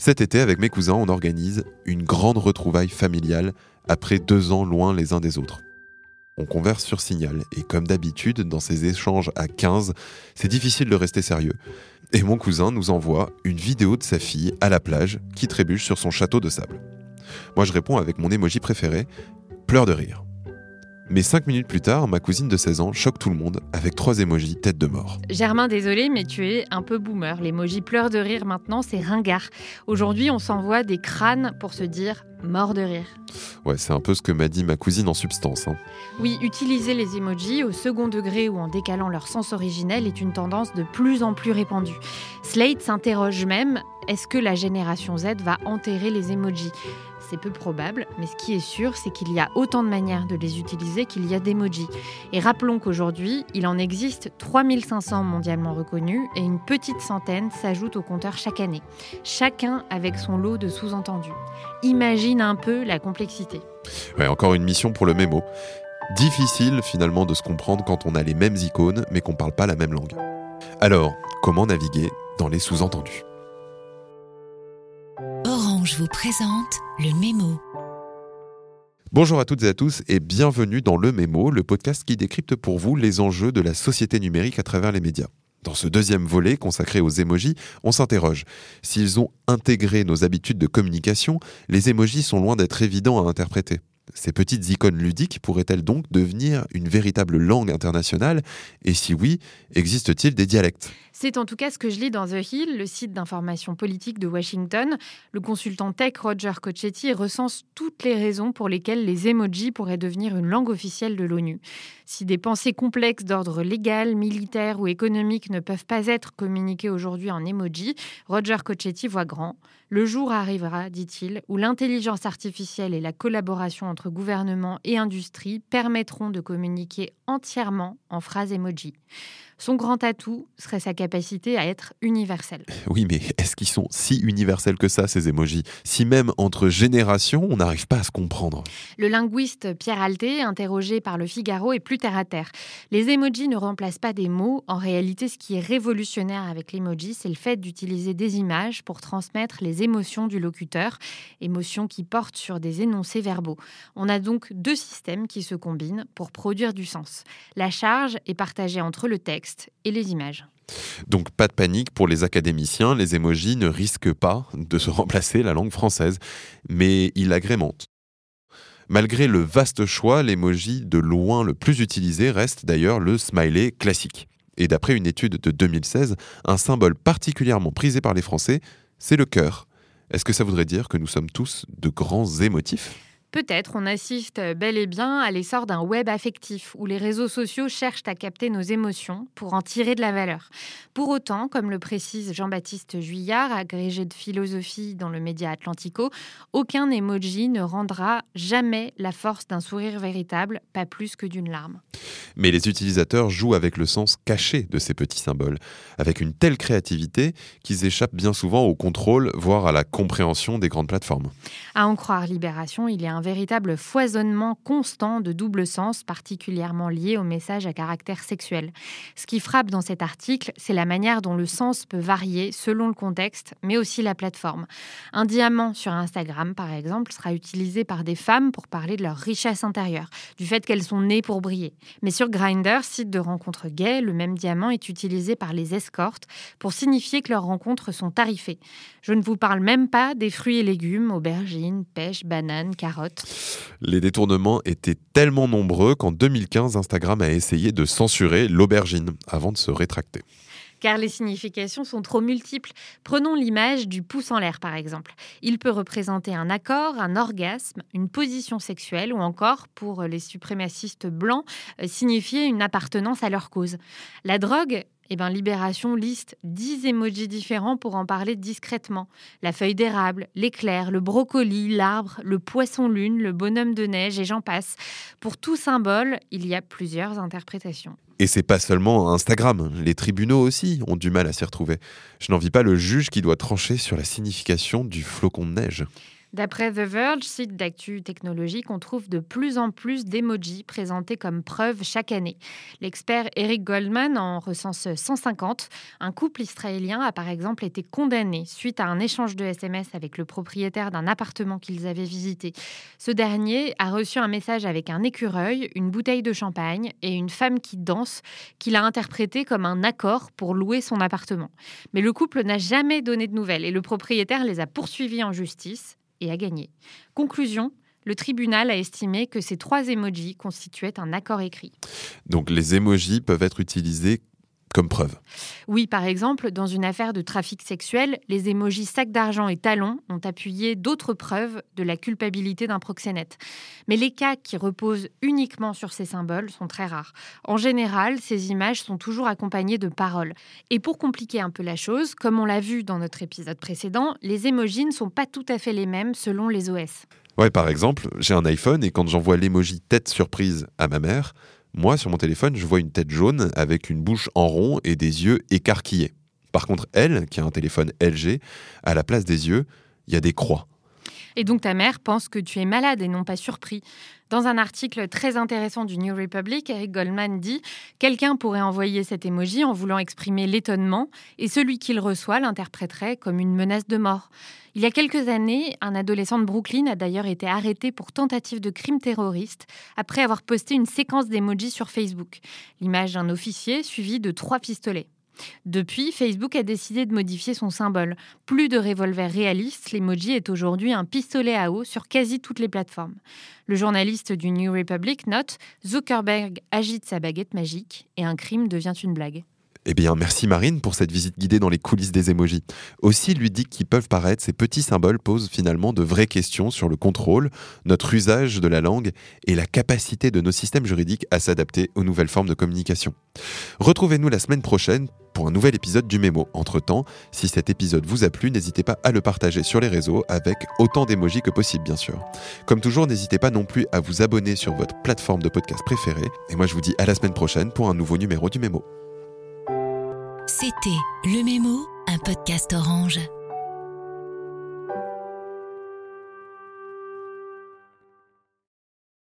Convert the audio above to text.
Cet été, avec mes cousins, on organise une grande retrouvaille familiale après 2 ans loin les uns des autres. On converse sur Signal, et comme d'habitude, dans ces échanges à 15, c'est difficile de rester sérieux. Et mon cousin nous envoie une vidéo de sa fille à la plage qui trébuche sur son château de sable. Moi je réponds avec mon emoji préféré, pleurs de rire. Mais 5 minutes plus tard, ma cousine de 16 ans choque tout le monde avec 3 emojis tête de mort. Germain, désolé, mais tu es un peu boomer. L'emoji pleure de rire maintenant, c'est ringard. Aujourd'hui, on s'envoie des crânes pour se dire mort de rire. Ouais, c'est un peu ce que m'a dit ma cousine en substance. Oui, utiliser les emojis au second degré ou en décalant leur sens originel est une tendance de plus en plus répandue. Slate s'interroge même, est-ce que la génération Z va enterrer les emojis ? C'est peu probable, mais ce qui est sûr, c'est qu'il y a autant de manières de les utiliser qu'il y a d'emojis. Et rappelons qu'aujourd'hui, il en existe 3500 mondialement reconnus et une petite centaine s'ajoute au compteur chaque année. Chacun avec son lot de sous-entendus. Imagine un peu la complexité. Ouais, encore une mission pour le mémo. Difficile finalement de se comprendre quand on a les mêmes icônes mais qu'on ne parle pas la même langue. Alors, comment naviguer dans les sous-entendus ? Orange vous présente le Mémo. Bonjour à toutes et à tous et bienvenue dans le Mémo, le podcast qui décrypte pour vous les enjeux de la société numérique à travers les médias. Dans ce deuxième volet consacré aux emojis, on s'interroge. S'ils ont intégré nos habitudes de communication, les emojis sont loin d'être évidents à interpréter. Ces petites icônes ludiques pourraient-elles donc devenir une véritable langue internationale ? Et si oui, existe-t-il des dialectes ? C'est en tout cas ce que je lis dans The Hill, le site d'information politique de Washington. Le consultant tech Roger Cocchetti recense toutes les raisons pour lesquelles les emojis pourraient devenir une langue officielle de l'ONU. Si des pensées complexes d'ordre légal, militaire ou économique ne peuvent pas être communiquées aujourd'hui en emoji, Roger Cocchetti voit grand. Le jour arrivera, dit-il, où l'intelligence artificielle et la collaboration entre gouvernement et industrie permettront de communiquer entièrement en phrases emoji. Son grand atout serait sa capacité à être universel. Oui, mais est-ce qu'ils sont si universels que ça, ces emojis ? Si même entre générations, on n'arrive pas à se comprendre. Le linguiste Pierre Alté, interrogé par Le Figaro, est plus terre à terre. Les emojis ne remplacent pas des mots. En réalité, ce qui est révolutionnaire avec l'emoji, c'est le fait d'utiliser des images pour transmettre les émotions du locuteur, émotions qui portent sur des énoncés verbaux. On a donc 2 systèmes qui se combinent pour produire du sens. La charge est partagée entre le texte et les images. Donc pas de panique pour les académiciens, les emojis ne risquent pas de se remplacer la langue française, mais ils l'agrémentent. Malgré le vaste choix, l'emoji de loin le plus utilisé reste d'ailleurs le smiley classique. Et d'après une étude de 2016, un symbole particulièrement prisé par les Français, c'est le cœur. Est-ce que ça voudrait dire que nous sommes tous de grands émotifs ? Peut-être on assiste bel et bien à l'essor d'un web affectif où les réseaux sociaux cherchent à capter nos émotions pour en tirer de la valeur. Pour autant, comme le précise Jean-Baptiste Juillard, agrégé de philosophie dans le média Atlantico, aucun emoji ne rendra jamais la force d'un sourire véritable, pas plus que d'une larme. Mais les utilisateurs jouent avec le sens caché de ces petits symboles, avec une telle créativité qu'ils échappent bien souvent au contrôle, voire à la compréhension des grandes plateformes. À en croire Libération, il y a un véritable foisonnement constant de double sens, particulièrement lié aux messages à caractère sexuel. Ce qui frappe dans cet article, c'est la manière dont le sens peut varier selon le contexte, mais aussi la plateforme. Un diamant sur Instagram, par exemple, sera utilisé par des femmes pour parler de leur richesse intérieure, du fait qu'elles sont nées pour briller. Mais sur Grindr, site de rencontres gays, le même diamant est utilisé par les escortes pour signifier que leurs rencontres sont tarifées. Je ne vous parle même pas des fruits et légumes, aubergines, pêches, bananes, carottes. Les détournements étaient tellement nombreux qu'en 2015, Instagram a essayé de censurer l'aubergine avant de se rétracter. Car les significations sont trop multiples. Prenons l'image du pouce en l'air, par exemple. Il peut représenter un accord, un orgasme, une position sexuelle ou encore, pour les suprémacistes blancs, signifier une appartenance à leur cause. La drogue, Libération liste 10 emojis différents pour en parler discrètement. La feuille d'érable, l'éclair, le brocoli, l'arbre, le poisson-lune, le bonhomme de neige et j'en passe. Pour tout symbole, il y a plusieurs interprétations. Et c'est pas seulement Instagram, les tribunaux aussi ont du mal à s'y retrouver. Je n'envie pas le juge qui doit trancher sur la signification du flocon de neige. D'après The Verge, site d'actu technologique, on trouve de plus en plus d'emojis présentés comme preuve chaque année. L'expert Eric Goldman en recense 150. Un couple israélien a par exemple été condamné suite à un échange de SMS avec le propriétaire d'un appartement qu'ils avaient visité. Ce dernier a reçu un message avec un écureuil, une bouteille de champagne et une femme qui danse, qu'il a interprété comme un accord pour louer son appartement. Mais le couple n'a jamais donné de nouvelles et le propriétaire les a poursuivis en justice et a gagné. Conclusion, le tribunal a estimé que ces 3 emojis constituaient un accord écrit. Donc les emojis peuvent être utilisés comme preuve. Oui, par exemple, dans une affaire de trafic sexuel, les emojis sac d'argent et talons ont appuyé d'autres preuves de la culpabilité d'un proxénète. Mais les cas qui reposent uniquement sur ces symboles sont très rares. En général, ces images sont toujours accompagnées de paroles. Et pour compliquer un peu la chose, comme on l'a vu dans notre épisode précédent, les emojis ne sont pas tout à fait les mêmes selon les OS. Ouais, par exemple, j'ai un iPhone et quand j'envoie l'emoji tête surprise à ma mère, moi, sur mon téléphone, je vois une tête jaune avec une bouche en rond et des yeux écarquillés. Par contre, elle, qui a un téléphone LG, à la place des yeux, il y a des croix. Et donc ta mère pense que tu es malade et non pas surpris. Dans un article très intéressant du New Republic, Eric Goldman dit « Quelqu'un pourrait envoyer cet emoji en voulant exprimer l'étonnement et celui qui le reçoit l'interpréterait comme une menace de mort. » Il y a quelques années, un adolescent de Brooklyn a d'ailleurs été arrêté pour tentative de crime terroriste après avoir posté une séquence d'emojis sur Facebook. L'image d'un officier suivi de 3 pistolets. Depuis, Facebook a décidé de modifier son symbole. Plus de revolver réaliste, l'emoji est aujourd'hui un pistolet à eau sur quasi toutes les plateformes. Le journaliste du New Republic note « Zuckerberg agite sa baguette magique et un crime devient une blague ». Eh bien, merci Marine pour cette visite guidée dans les coulisses des emojis. Aussi ludiques qu'ils peuvent paraître, ces petits symboles posent finalement de vraies questions sur le contrôle, notre usage de la langue et la capacité de nos systèmes juridiques à s'adapter aux nouvelles formes de communication. Retrouvez-nous la semaine prochaine pour un nouvel épisode du Mémo. Entre-temps, si cet épisode vous a plu, n'hésitez pas à le partager sur les réseaux avec autant d'émojis que possible, bien sûr. Comme toujours, n'hésitez pas non plus à vous abonner sur votre plateforme de podcast préférée. Et moi, je vous dis à la semaine prochaine pour un nouveau numéro du Mémo. C'était Le Mémo, un podcast Orange.